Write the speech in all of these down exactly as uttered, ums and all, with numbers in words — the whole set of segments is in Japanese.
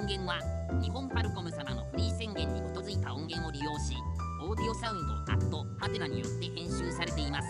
音源は日本ファルコム様のフリー宣言に基づいた音源を利用し、オーディオサウンドアットハテナによって編集されています。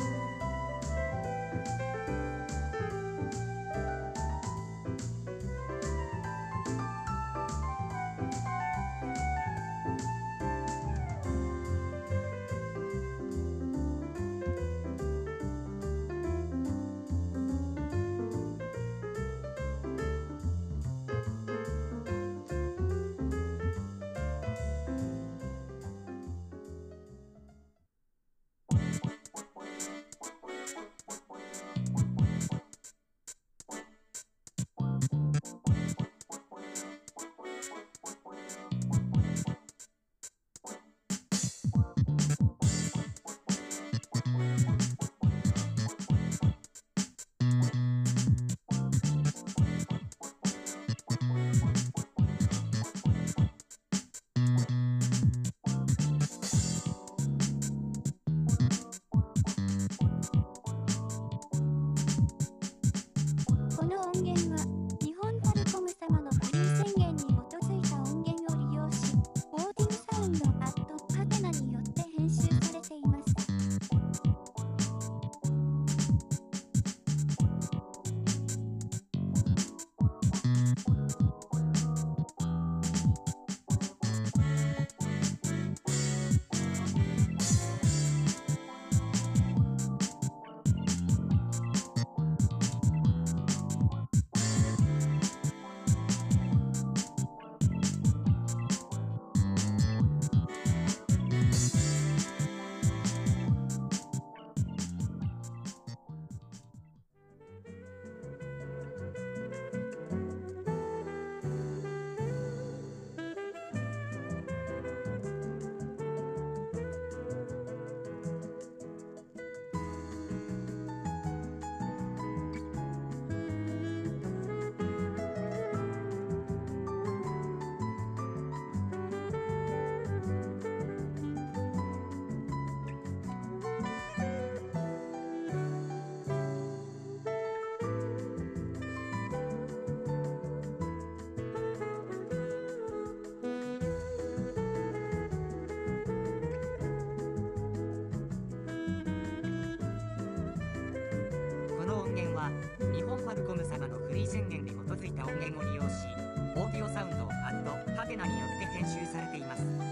この音源は日本ファルコム様のフリー宣言に基づいた音源を利用し、オーディオサウンドアットハテナによって編集されています。 この音源は日本ファルコム様のフリー宣言に基づいた音源を利用し、オーディオサウンドアットハテナによって編集されています。